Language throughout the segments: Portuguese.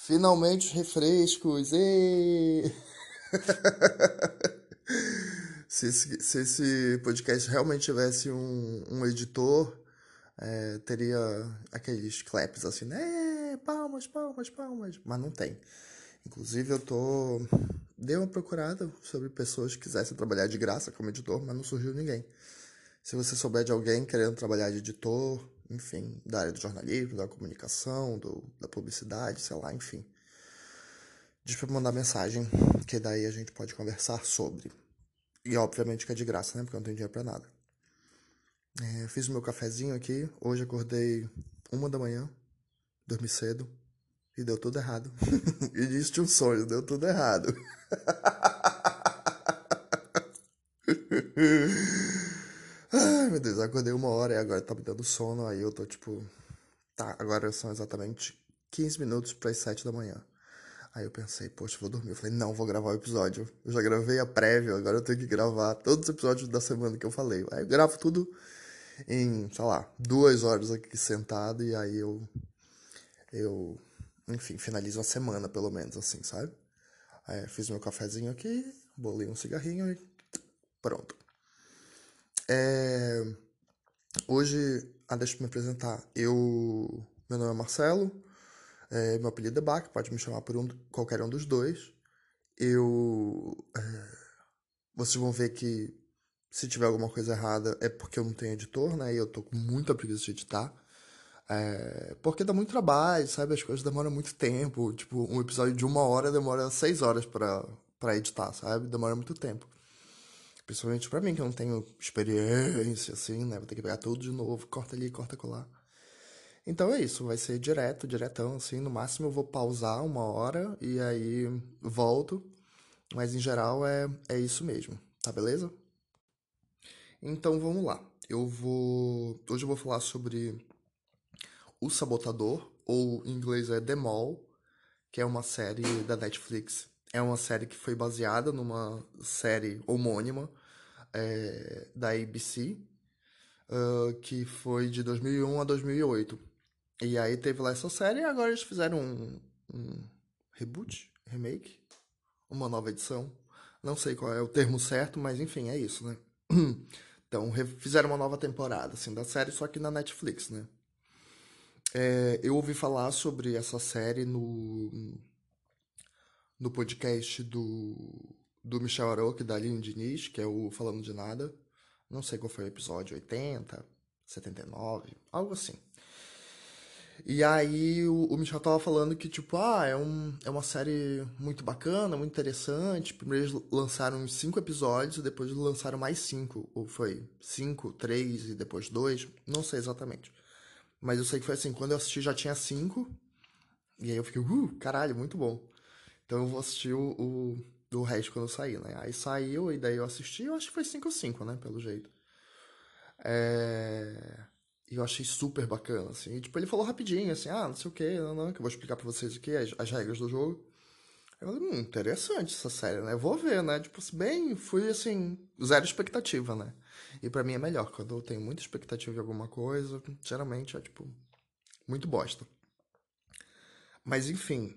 Finalmente os refrescos! Ê! Se esse podcast realmente tivesse um editor, teria aqueles claps assim, né? Palmas, palmas, palmas. Mas não tem. Inclusive Dei uma procurada sobre pessoas que quisessem trabalhar de graça como editor, mas não surgiu ninguém. Se você souber de alguém querendo trabalhar de editor, enfim, da área do jornalismo, da comunicação, da publicidade, sei lá, enfim. Diz pra mandar mensagem, que daí a gente pode conversar sobre. E obviamente que é de graça, né? Porque eu não tenho dinheiro pra nada. Fiz o meu cafezinho aqui. Hoje acordei 1 da manhã, dormi cedo. E deu tudo errado. Início de um sonho, deu tudo errado. Ai, meu Deus, acordei 1 hora e agora tá me dando sono. Aí eu tô tipo. Tá, agora são exatamente 15 minutos para as 7 da manhã. Aí eu pensei, poxa, vou dormir. Eu falei, não, vou gravar o episódio. Eu já gravei a prévia, agora eu tenho que gravar todos os episódios da semana que eu falei. Aí eu gravo tudo em, sei lá, 2 horas aqui sentado e aí eu, enfim, finalizo a semana pelo menos, assim, sabe? Aí eu fiz meu cafezinho aqui, bolei um cigarrinho e pronto. É, Hoje, deixa eu me apresentar. Meu nome é Marcelo, meu apelido é Bach, pode me chamar por qualquer um dos dois. Eu. Vocês vão ver que se tiver alguma coisa errada é porque eu não tenho editor, né? E eu tô com muita preguiça de editar. Porque dá muito trabalho, sabe? As coisas demoram muito tempo. Tipo, um episódio de 1 hora demora 6 horas pra editar, sabe? Demora muito tempo. Principalmente pra mim, que eu não tenho experiência, assim, né? Vou ter que pegar tudo de novo, corta ali, corta colar. Então é isso, vai ser diretão, assim. No máximo eu vou pausar 1 hora e aí volto. Mas em geral é isso mesmo, tá beleza? Então vamos lá. Hoje eu vou falar sobre O Sabotador, ou em inglês é The Mall, que é uma série da Netflix. É uma série que foi baseada numa série homônima da ABC, que foi de 2001 a 2008. E aí teve lá essa série e agora eles fizeram um reboot, remake, uma nova edição. Não sei qual é o termo certo, mas enfim, é isso, né? Então, fizeram uma nova temporada, assim, da série, só que na Netflix, né? Eu ouvi falar sobre essa série no podcast do Michel Aroca e da Aline Diniz, que é o Falando de Nada. Não sei qual foi o episódio, 80, 79, algo assim. E aí o Michel tava falando que, tipo, é uma série muito bacana, muito interessante. Primeiro eles lançaram uns 5 episódios e depois lançaram mais 5. Ou foi 5, 3 e depois 2. Não sei exatamente. Mas eu sei que foi assim, quando eu assisti já tinha 5. E aí eu fiquei, caralho, muito bom. Então eu vou assistir o resto quando sair, né? Aí saiu e daí eu assisti, eu acho que foi 5/5, né? Pelo jeito. É... E eu achei super bacana, assim. E, tipo, ele falou rapidinho, assim, não sei o que, não, que eu vou explicar pra vocês aqui as regras do jogo. Eu falei, interessante essa série, né? Vou ver, né? Tipo, se bem, fui, assim, zero expectativa, né? E pra mim é melhor, quando eu tenho muita expectativa em alguma coisa, geralmente é, tipo, muito bosta. Mas, enfim,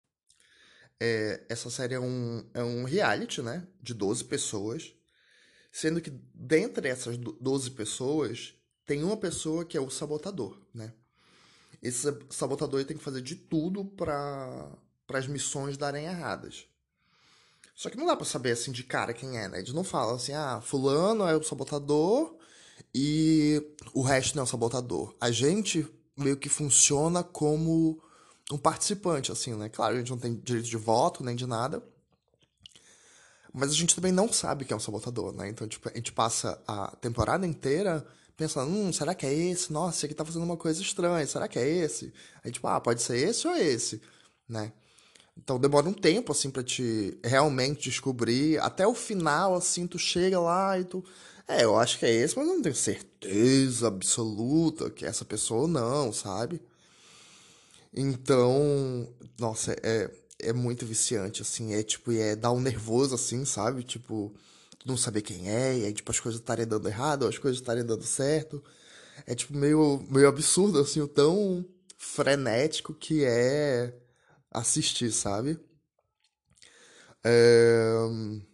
essa série é um reality, né? De 12 pessoas. Sendo que dentre essas 12 pessoas, tem uma pessoa que é o sabotador, né? Esse sabotador tem que fazer de tudo para as missões darem erradas. Só que não dá pra saber assim de cara quem é, né? Eles não falam assim, fulano é o sabotador e o resto não é o sabotador. A gente meio que funciona como um participante, assim, né? Claro, a gente não tem direito de voto nem de nada, mas a gente também não sabe quem é o sabotador, né? Então, tipo, a gente passa a temporada inteira pensando, será que é esse? Nossa, esse aqui tá fazendo uma coisa estranha, será que é esse? Aí, tipo, pode ser esse ou esse, né? Então demora um tempo, assim, pra te realmente descobrir. Até o final, assim, tu chega lá e tu. Eu acho que é esse, mas eu não tenho certeza absoluta que é essa pessoa ou não, sabe? Então, nossa, é muito viciante, assim, tipo, dá um nervoso, assim, sabe? Tipo, tu não saber quem é, e aí, tipo, as coisas estarem dando errado, ou as coisas estarem dando certo. É, tipo, meio absurdo, assim, o tão frenético que é assistir, sabe? É...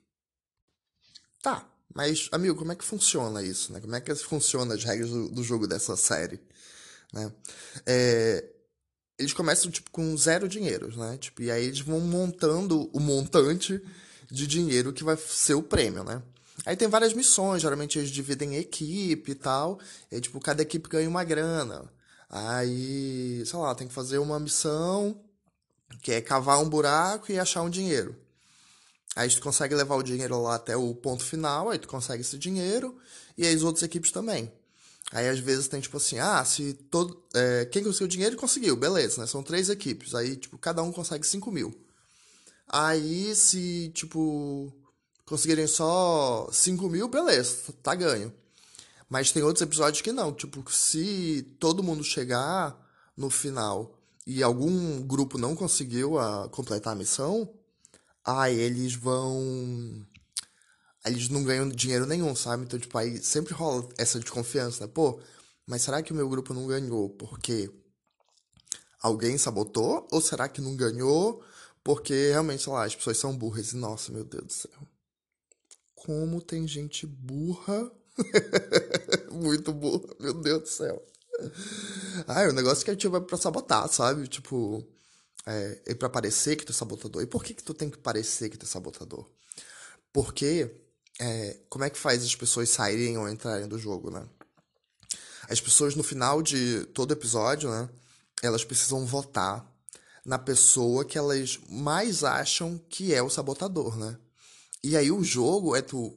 Tá, mas, amigo, como é que funciona isso, né? Como é que funciona as regras do jogo dessa série, né? É, eles começam, tipo, com zero dinheiros, né? Tipo, e aí eles vão montando o montante de dinheiro que vai ser o prêmio, né? Aí tem várias missões, geralmente eles dividem em equipe e tal, e aí, tipo, cada equipe ganha uma grana. Aí, sei lá, tem que fazer uma missão que é cavar um buraco e achar um dinheiro. Aí tu consegue levar o dinheiro lá até o ponto final, aí tu consegue esse dinheiro, e as outras equipes também. Aí às vezes tem tipo assim, se todo. Quem conseguiu dinheiro conseguiu, beleza, né? São três equipes. Aí, tipo, cada um consegue 5.000. Aí se, tipo, conseguirem só 5.000, beleza, tá ganho. Mas tem outros episódios que não. Tipo, se todo mundo chegar no final e algum grupo não conseguiu completar a missão, aí eles vão. Aí eles não ganham dinheiro nenhum, sabe? Então, tipo, aí sempre rola essa desconfiança, né? Pô, mas será que o meu grupo não ganhou porque alguém sabotou? Ou será que não ganhou porque realmente, sei lá, as pessoas são burras? E nossa, meu Deus do céu. Como tem gente burra? Muito burra, meu Deus do céu. O negócio que a gente vai pra sabotar, sabe? Tipo, é pra parecer que tu é sabotador. E por que que tu tem que parecer que tu é sabotador? Porque, como é que faz as pessoas saírem ou entrarem do jogo, né? As pessoas no final de todo episódio, né? Elas precisam votar na pessoa que elas mais acham que é o sabotador, né? E aí o jogo é tu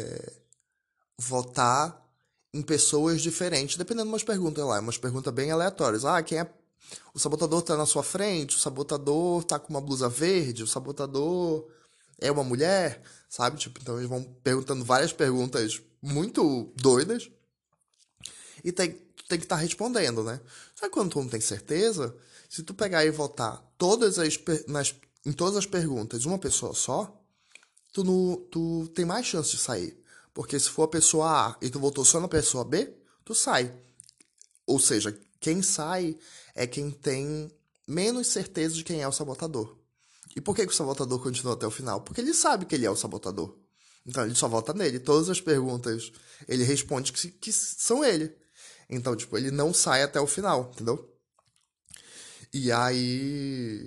votar em pessoas diferentes, dependendo de umas perguntas lá, umas perguntas bem aleatórias. Quem é. O sabotador tá na sua frente, o sabotador tá com uma blusa verde, o sabotador é uma mulher, sabe? Tipo, então eles vão perguntando várias perguntas muito doidas e tem que estar respondendo, né? Só que quando tu não tem certeza, se tu pegar e votar em todas as perguntas uma pessoa só, tu tem mais chance de sair. Porque se for a pessoa A e tu votou só na pessoa B, tu sai. Ou seja, quem sai é quem tem menos certeza de quem é o sabotador. E por que, que o sabotador continua até o final? Porque ele sabe que ele é o sabotador. Então ele só vota nele. Todas as perguntas ele responde que são ele. Então, tipo, ele não sai até o final, entendeu? E aí.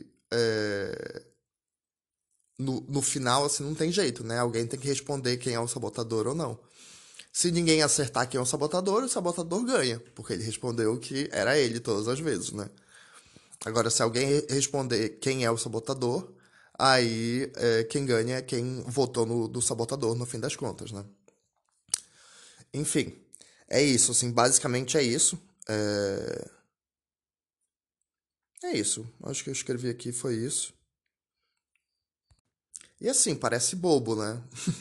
No final, assim, não tem jeito, né? Alguém tem que responder quem é o sabotador ou não. Se ninguém acertar quem é o sabotador ganha, porque ele respondeu que era ele todas as vezes, né? Agora, se alguém responder quem é o sabotador, aí quem ganha é quem votou no sabotador no fim das contas, né? Enfim, é isso, assim, basicamente é isso. É isso. Acho que eu escrevi aqui foi isso. E assim, parece bobo, né?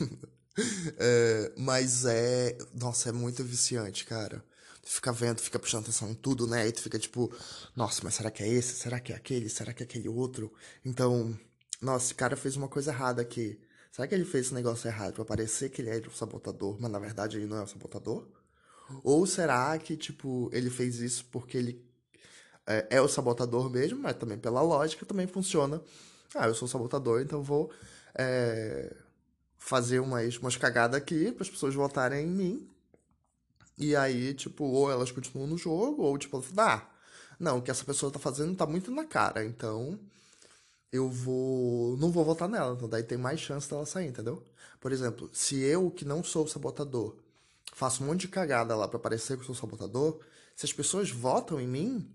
Mas é. Nossa, é muito viciante, cara. Tu fica vendo, fica prestando atenção em tudo, né? E tu fica tipo, nossa, mas será que é esse? Será que é aquele? Será que é aquele outro? Então, nossa, esse cara fez uma coisa errada aqui. Será que ele fez esse negócio errado pra parecer que ele é o sabotador, mas na verdade ele não é o sabotador? Ou será que, tipo, ele fez isso porque ele é o sabotador mesmo, mas também pela lógica também funciona. Eu sou o sabotador, então vou fazer umas cagadas aqui para as pessoas votarem em mim. E aí, tipo, ou elas continuam no jogo, ou tipo, elas falam, não, o que essa pessoa tá fazendo tá muito na cara, então não vou votar nela, então daí tem mais chance dela sair, entendeu? Por exemplo, se eu, que não sou o sabotador, faço um monte de cagada lá pra parecer que eu sou o sabotador, se as pessoas votam em mim,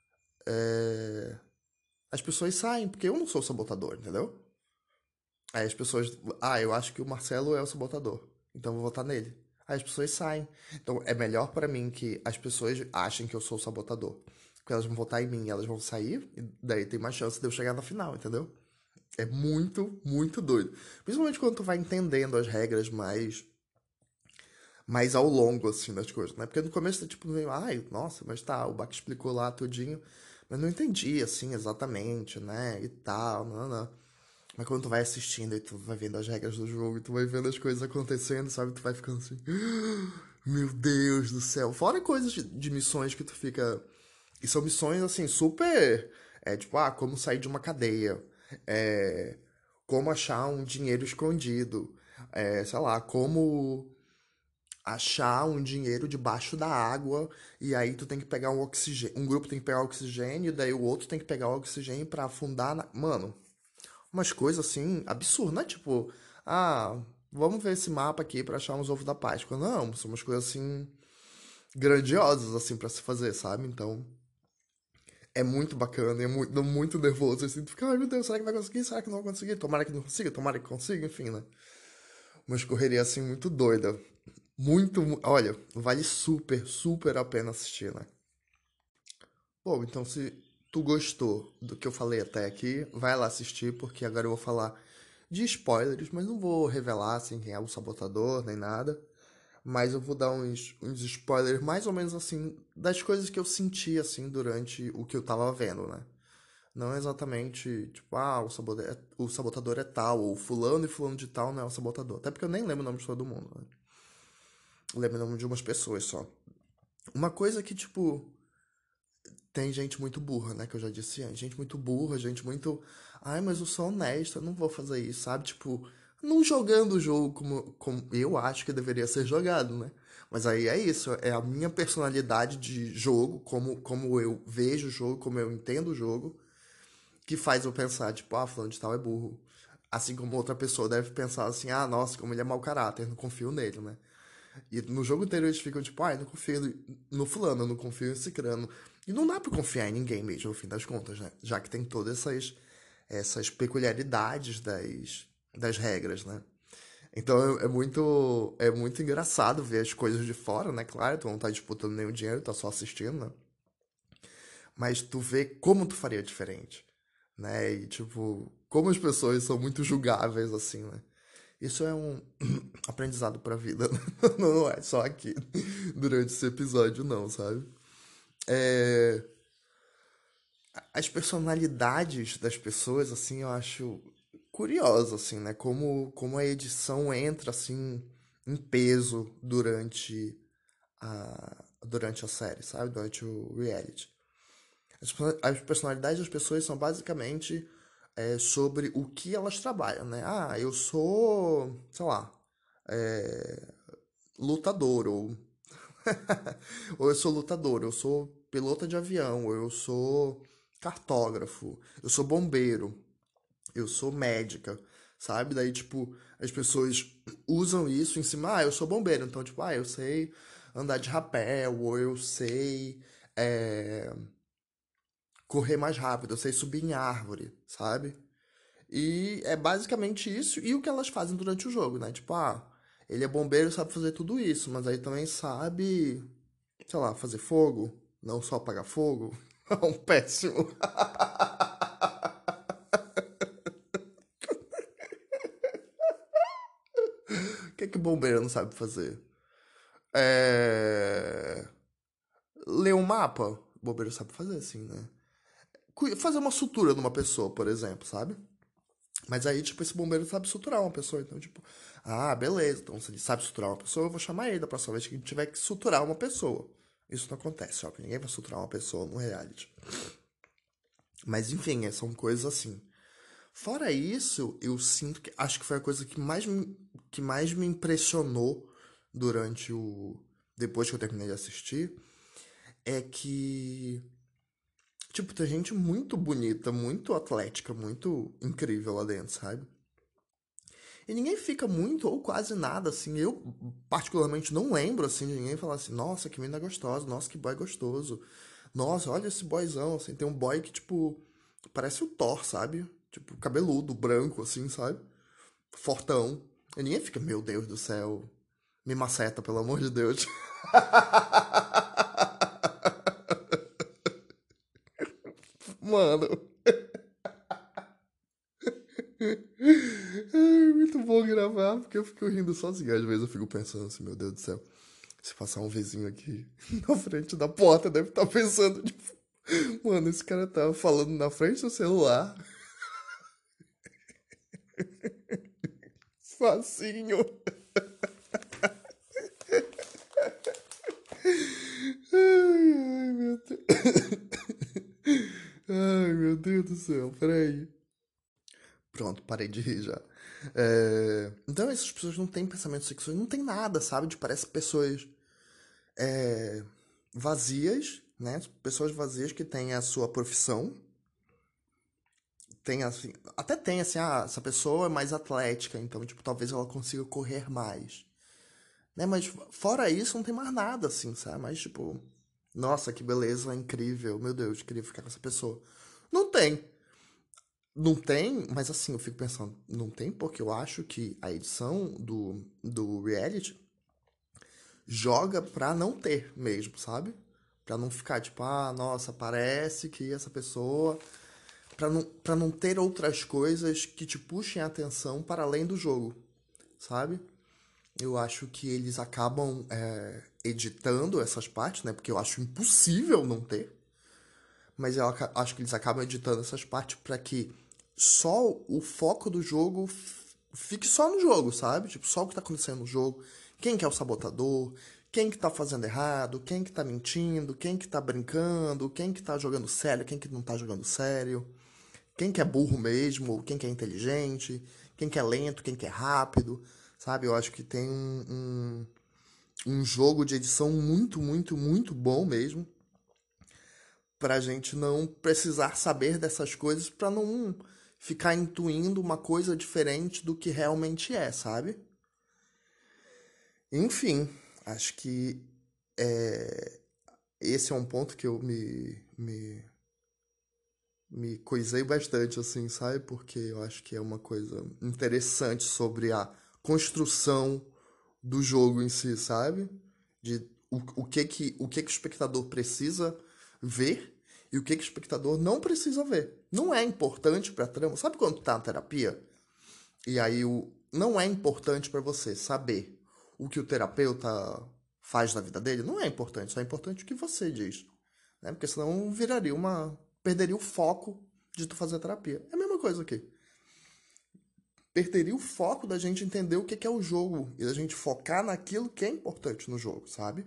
as pessoas saem, porque eu não sou o sabotador, entendeu? Aí as pessoas, eu acho que o Marcelo é o sabotador, então eu vou votar nele. Aí as pessoas saem. Então é melhor pra mim que as pessoas achem que eu sou o sabotador. Porque elas vão votar em mim, elas vão sair, e daí tem mais chance de eu chegar na final, entendeu? É muito, muito doido. Principalmente quando tu vai entendendo as regras mais ao longo, assim, das coisas, né? Porque no começo tá tipo meio, nossa, mas tá, o Bach explicou lá tudinho, mas não entendi, assim, exatamente, né? E tal, não. Mas quando tu vai assistindo e tu vai vendo as regras do jogo e tu vai vendo as coisas acontecendo, sabe? Tu vai ficando assim, meu Deus do céu. Fora coisas de missões que tu fica. E são missões, assim, super. É tipo, como sair de uma cadeia. É, como achar um dinheiro escondido. É, sei lá, como achar um dinheiro debaixo da água e aí tu tem que pegar um oxigênio, um grupo tem que pegar oxigênio, e daí o outro tem que pegar o oxigênio pra afundar na... Mano, umas coisas assim absurdas, não é tipo, vamos ver esse mapa aqui pra achar uns ovos da Páscoa. Não, são umas coisas assim grandiosas assim pra se fazer, sabe? Então, é muito bacana, é muito, muito nervoso assim, tu fica, ai meu Deus, será que vai conseguir? Será que não vai conseguir? Tomara que não consiga, tomara que consiga, enfim, né? Umas correrias assim muito doida. Muito, olha, vale super, super a pena assistir, né? Bom, então se tu gostou do que eu falei até aqui, vai lá assistir, porque agora eu vou falar de spoilers, mas não vou revelar assim quem é o sabotador nem nada. Mas eu vou dar uns spoilers mais ou menos assim das coisas que eu senti assim durante o que eu tava vendo, né? Não exatamente, tipo, o sabotador é tal, ou fulano e fulano de tal não é o sabotador. Até porque eu nem lembro o nome de todo mundo, né? Eu lembro o nome de umas pessoas só. Uma coisa que, tipo, tem gente muito burra, né? Que eu já disse antes. Gente muito burra, gente muito. Ai, mas eu sou honesta, eu não vou fazer isso, sabe? Tipo, não jogando o jogo como eu acho que deveria ser jogado, né? Mas aí é isso, é a minha personalidade de jogo, como eu vejo o jogo, como eu entendo o jogo, que faz eu pensar, tipo, fulano de tal é burro. Assim como outra pessoa deve pensar assim, nossa, como ele é mau caráter, não confio nele, né? E no jogo inteiro eles ficam tipo, não confio no fulano, eu não confio em cicrano. E não dá pra confiar em ninguém mesmo, no fim das contas, né? Já que tem todas essas peculiaridades das regras, né? Então é muito engraçado ver as coisas de fora, né? Claro, tu não tá disputando nenhum dinheiro, tá só assistindo, né? Mas tu vê como tu faria diferente, né? E tipo, como as pessoas são muito julgáveis, assim, né? Isso é um aprendizado pra vida. Não é só aqui, durante esse episódio, não, sabe? É, as personalidades das pessoas, assim, eu acho curioso, assim, né? Como a edição entra, assim, em peso durante a série, sabe? Durante o reality. As personalidades das pessoas são basicamente sobre o que elas trabalham, né? Eu sou, sei lá, é, lutador, ou, ou eu sou lutador, eu sou piloto de avião, ou eu sou cartógrafo, eu sou bombeiro, eu sou médica, sabe? Daí, tipo, as pessoas usam isso em cima, eu sou bombeiro, então, tipo, eu sei andar de rapel, ou eu sei é, correr mais rápido, eu sei subir em árvore, sabe? E é basicamente isso e o que elas fazem durante o jogo, né? Tipo, ele é bombeiro, sabe fazer tudo isso, mas aí também sabe, sei lá, fazer fogo, não só apagar fogo. É um péssimo. O que é que o bombeiro não sabe fazer? É... Ler um mapa? O bombeiro sabe fazer, assim, né? Fazer uma sutura numa pessoa, por exemplo, sabe? Mas aí, tipo, esse bombeiro sabe suturar uma pessoa. Então, tipo, beleza. Então, se ele sabe suturar uma pessoa, eu vou chamar ele da próxima vez que ele tiver que suturar uma pessoa. Isso não acontece, ó. Que ninguém vai suturar uma pessoa no reality. Mas, enfim, são coisas assim. Fora isso, eu sinto que... Acho que foi a coisa que mais me impressionou durante o... Depois que eu terminei de assistir. É que... Tipo, tem gente muito bonita, muito atlética, muito incrível lá dentro, sabe? E ninguém fica muito ou quase nada, assim. Eu, particularmente, não lembro, assim, de ninguém falar assim, nossa, que menina gostosa, nossa, que boy gostoso. Nossa, olha esse boyzão, assim. Tem um boy que, tipo, parece o Thor, sabe? Tipo, cabeludo, branco, assim, sabe? Fortão. E ninguém fica, meu Deus do céu, me maceta, pelo amor de Deus. Mano. Ai, muito bom gravar, porque eu fico rindo sozinho. Às vezes eu fico pensando assim, meu Deus do céu. Se passar um vizinho aqui na frente da porta, deve estar pensando, tipo, mano, esse cara tá falando na frente do celular, facinho. Ai, ai, meu Deus. Ai, meu Deus do céu, peraí. Pronto, parei de rir já. Então essas pessoas não têm pensamentos sexuais, não tem nada, sabe? Tipo, parece pessoas é, vazias, né? Pessoas vazias que têm a sua profissão, tem assim, até tem assim, essa pessoa é mais atlética, então, tipo, talvez ela consiga correr mais, né? Mas fora isso, não tem mais nada, assim, sabe? Mas, tipo, nossa, que beleza, incrível, meu Deus, queria ficar com essa pessoa. Não tem. Não tem, mas assim, eu fico pensando, não tem porque eu acho que a edição do reality joga pra não ter mesmo, sabe? Pra não ficar tipo, nossa, parece que essa pessoa. Pra não ter outras coisas que te puxem a atenção para além do jogo, sabe? Eu acho que eles acabam editando essas partes, né? Porque eu acho impossível não ter. Mas eu acho que eles acabam editando essas partes pra que só o foco do jogo fique só no jogo, sabe? Tipo, só o que tá acontecendo no jogo. Quem que é o sabotador, quem que tá fazendo errado, quem que tá mentindo, quem que tá brincando, quem que tá jogando sério, quem que não tá jogando sério, quem que é burro mesmo, quem que é inteligente, quem que é lento, quem que é rápido, sabe? Eu acho que tem um jogo de edição muito, muito, muito bom mesmo pra gente não precisar saber dessas coisas pra não ficar intuindo uma coisa diferente do que realmente é, sabe? Enfim, acho que esse é um ponto que eu me coisei bastante, assim, sabe? Porque eu acho que é uma coisa interessante sobre a construção do jogo em si, sabe? De o que que o espectador precisa ver e o que que o espectador não precisa ver. Não é importante pra trama. Sabe quando tu tá na terapia? E aí não é importante pra você saber o que o terapeuta faz na vida dele? Não é importante, só é importante o que você diz, né? Porque senão viraria uma perderia o foco de tu fazer terapia. É a mesma coisa aqui. Perderia o foco da gente entender o que que é o jogo e da gente focar naquilo que é importante no jogo, sabe?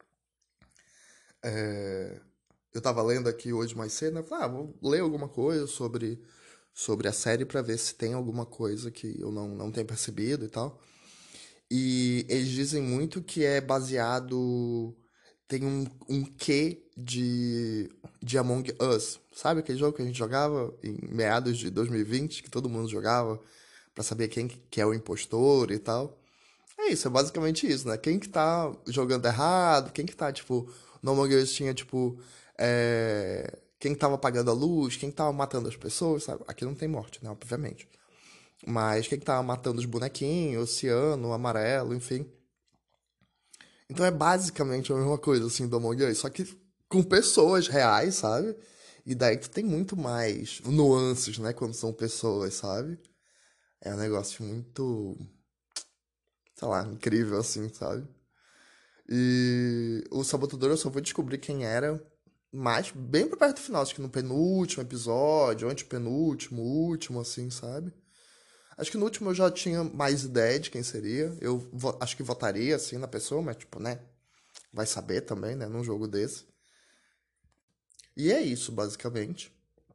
Eu tava lendo aqui hoje mais cedo, né? Falei, vou ler alguma coisa sobre a série pra ver se tem alguma coisa que eu não tenho percebido e tal. E eles dizem muito que é baseado. Tem um quê de Among Us. Sabe aquele jogo que a gente jogava em meados de 2020, que todo mundo jogava pra saber quem que é o impostor e tal? É isso, é basicamente isso, né? Quem que tá jogando errado, quem que tá, tipo, no Among Us tinha, tipo, quem que tava apagando a luz, quem que tava matando as pessoas, sabe? Aqui não tem morte, né? Obviamente. Mas quem que tava matando os bonequinhos, o ciano, o amarelo, enfim. Então é basicamente a mesma coisa, assim, do Among Us, só que com pessoas reais, sabe? E daí tu tem muito mais nuances, né, quando são pessoas, sabe? É um negócio muito, sei lá, incrível, assim, sabe? E o Sabotador eu só fui descobrir quem era mais bem pra perto do final, acho que no penúltimo episódio, antepenúltimo, último, assim, sabe? Acho que no último eu já tinha mais ideia de quem seria. Eu acho que votaria, assim, na pessoa, mas, tipo, né? Vai saber também, né? Num jogo desse. E é isso, basicamente.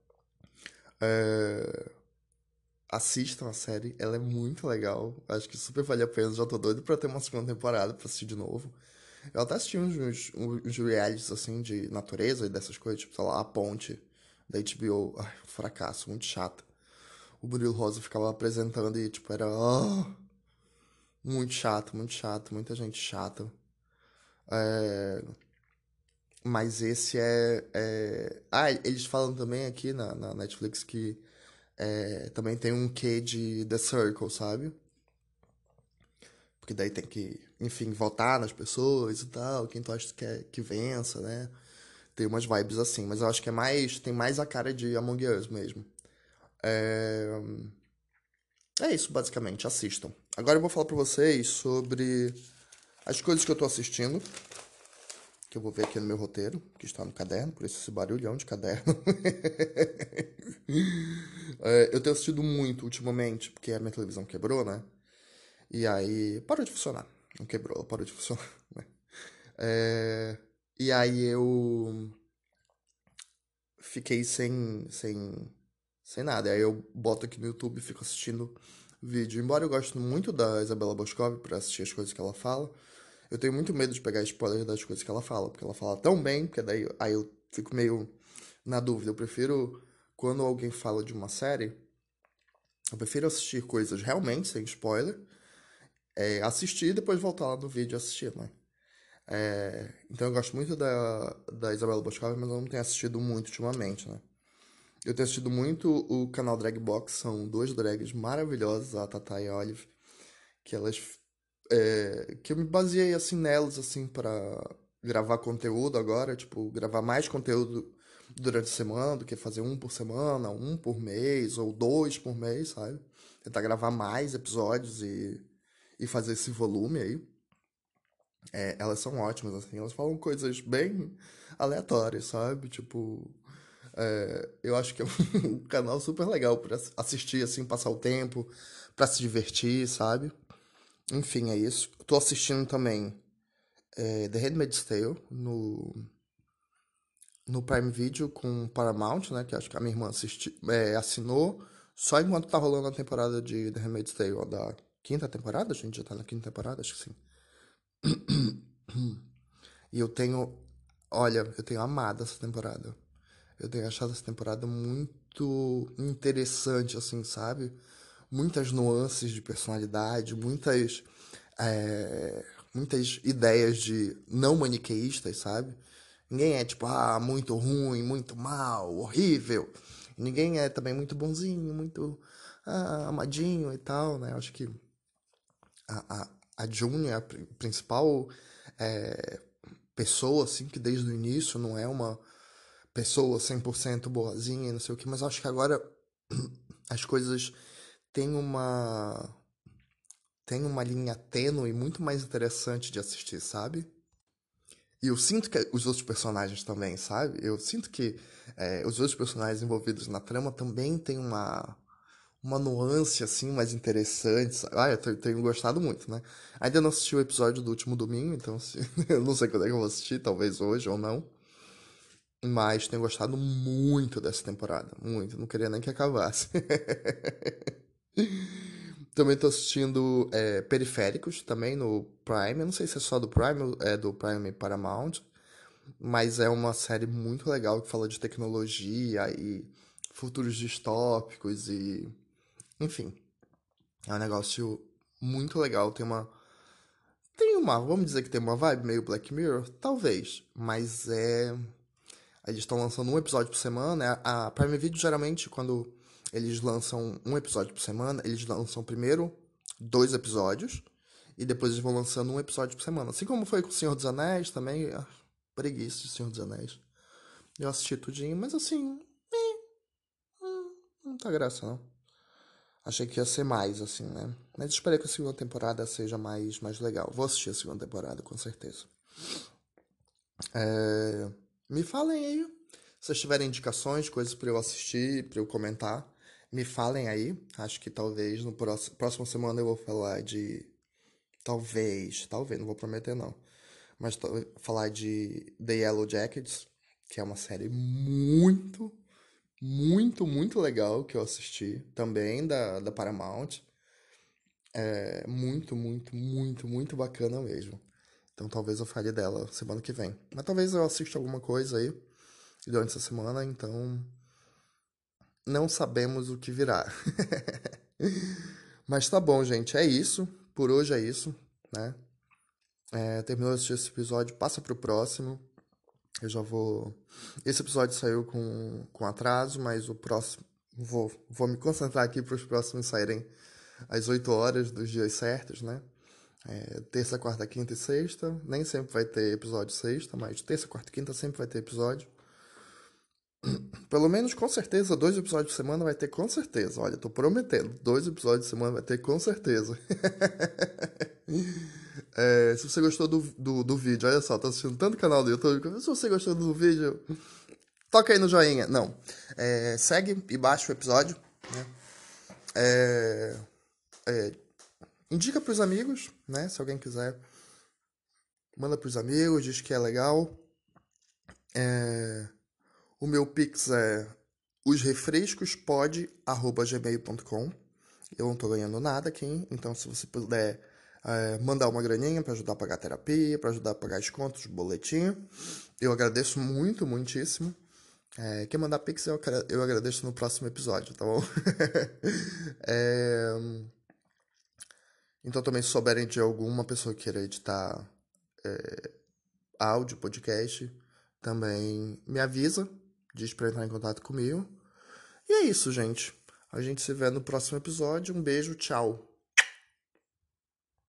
É, assistam a série, ela é muito legal. Acho que super vale a pena. Já tô doido pra ter uma segunda temporada pra assistir de novo. Eu até assisti uns realities assim de natureza e dessas coisas, tipo, sei lá, A Ponte da HBO. Ai, um fracasso, muito chato. O Murilo Rosa ficava apresentando e, tipo, era muito chato, muito chato, muita gente chata. É, mas esse eles falam também aqui na Netflix que também tem um quê de The Circle, sabe? Porque daí tem que, enfim, votar nas pessoas e tal, quem tu acha que quer que vença, né? Tem umas vibes assim, mas eu acho que tem mais a cara de Among Us mesmo. É, é isso, basicamente, assistam. Agora eu vou falar pra vocês sobre as coisas que eu tô assistindo, que eu vou ver aqui no meu roteiro, que está no caderno, por isso esse barulhão de caderno. Eu tenho assistido muito ultimamente, porque a minha televisão quebrou, né? E aí parou de funcionar. Não quebrou, ela parou de funcionar, né? É, e aí eu fiquei sem nada. Aí eu boto aqui no YouTube e fico assistindo vídeo. Embora eu goste muito da Isabela Boscov pra assistir as coisas que ela fala, eu tenho muito medo de pegar spoiler das coisas que ela fala, porque ela fala tão bem, que daí aí eu fico meio na dúvida. Eu prefiro, quando alguém fala de uma série, eu prefiro assistir coisas realmente sem spoiler, assistir e depois voltar lá no vídeo e assistir, né? Então eu gosto muito da Isabela Boscov, mas eu não tenho assistido muito ultimamente, né? Eu tenho assistido muito o canal Drag Box, são duas drags maravilhosas, a Tata e a Olive, que elas que eu me baseei assim nelas assim para gravar conteúdo agora, tipo, gravar mais conteúdo durante a semana do que fazer um por semana, um por mês ou dois por mês, sabe? Tentar gravar mais episódios e fazer esse volume aí. Elas são ótimas, assim, elas falam coisas bem aleatórias, sabe? Tipo, eu acho que é um canal super legal pra assistir, assim, passar o tempo, pra se divertir, sabe? Enfim, é isso. Tô assistindo também The Handmaid's Tale no Prime Video com Paramount, né? Que acho que a minha irmã assinou só enquanto tá rolando a temporada de The Handmaid's Tale, ó, da quinta temporada. A gente já tá na quinta temporada, acho que sim. E eu tenho amado essa temporada. Eu tenho achado essa temporada muito interessante, assim, sabe? Muitas nuances de personalidade, muitas ideias de não maniqueístas, sabe? Ninguém é tipo, muito ruim, muito mal, horrível. Ninguém é também muito bonzinho, muito amadinho e tal, né? Eu acho que a, a, a June é a principal pessoa, assim, que desde o início não é uma pessoa 100% boazinha, não sei o que, mas acho que agora as coisas têm uma linha tênue muito mais interessante de assistir, sabe? E eu sinto que os outros personagens também, sabe? Eu sinto que os outros personagens envolvidos na trama também têm uma nuance, assim, mais interessante. Eu tenho gostado muito, né? Ainda não assisti o episódio do último domingo, então eu não sei quando é que eu vou assistir, talvez hoje ou não. Mas tenho gostado muito dessa temporada. Muito. Não queria nem que acabasse. Também tô assistindo Periféricos, também no Prime. Eu não sei se é só do Prime ou é do Prime Paramount. Mas é uma série muito legal que fala de tecnologia e futuros distópicos e... Enfim, é um negócio muito legal. Vamos dizer que tem uma vibe meio Black Mirror? Talvez. Mas eles estão lançando um episódio por semana, né? A Prime Video, geralmente, quando eles lançam um episódio por semana, eles lançam primeiro dois episódios e depois eles vão lançando um episódio por semana. Assim como foi com o Senhor dos Anéis também. Preguiça de Senhor dos Anéis. Eu assisti tudinho, mas assim, não tá graça não. Achei que ia ser mais, assim, né? Mas esperei que a segunda temporada seja mais legal. Vou assistir a segunda temporada, com certeza. Me falem aí. Se vocês tiverem indicações, coisas pra eu assistir, pra eu comentar, me falem aí. Acho que talvez no próxima semana eu vou falar de. Talvez, não vou prometer não. Mas falar de The Yellow Jackets, que é uma série muito, muito, muito legal que eu assisti. Também da Paramount. É muito, muito, muito, muito bacana mesmo. Então talvez eu fale dela semana que vem. Mas talvez eu assista alguma coisa aí durante essa semana, então não sabemos o que virá. Mas tá bom, gente. É isso. Por hoje é isso, né? Terminou de assistir esse episódio, passa pro próximo. Eu já vou. Esse episódio saiu com atraso, mas o próximo. Vou me concentrar aqui para os próximos saírem às 8 horas dos dias certos, né? Terça, quarta, quinta e sexta. Nem sempre vai ter episódio sexta, mas terça, quarta e quinta sempre vai ter episódio. Pelo menos com certeza, dois episódios por semana vai ter com certeza. Olha, tô prometendo. Dois episódios por semana vai ter com certeza. Se você gostou do vídeo, olha só, tô assistindo tanto canal do YouTube. Se você gostou do vídeo, toca aí no joinha. Não. Segue e baixa o episódio. Né? É, indica pros amigos, né? Se alguém quiser, manda pros amigos, diz que é legal. O meu Pix é osrefrescospod@gmail.com. Eu não tô ganhando nada aqui, então se você puder mandar uma graninha pra ajudar a pagar a terapia, pra ajudar a pagar as contas, o boletim, eu agradeço muito, muitíssimo. Quem mandar Pix eu agradeço no próximo episódio, tá bom? É, Então também se souberem de alguma pessoa que queira editar áudio, podcast, também me avisa, diz pra entrar em contato comigo. E é isso, gente. A gente se vê no próximo episódio. Um beijo, tchau.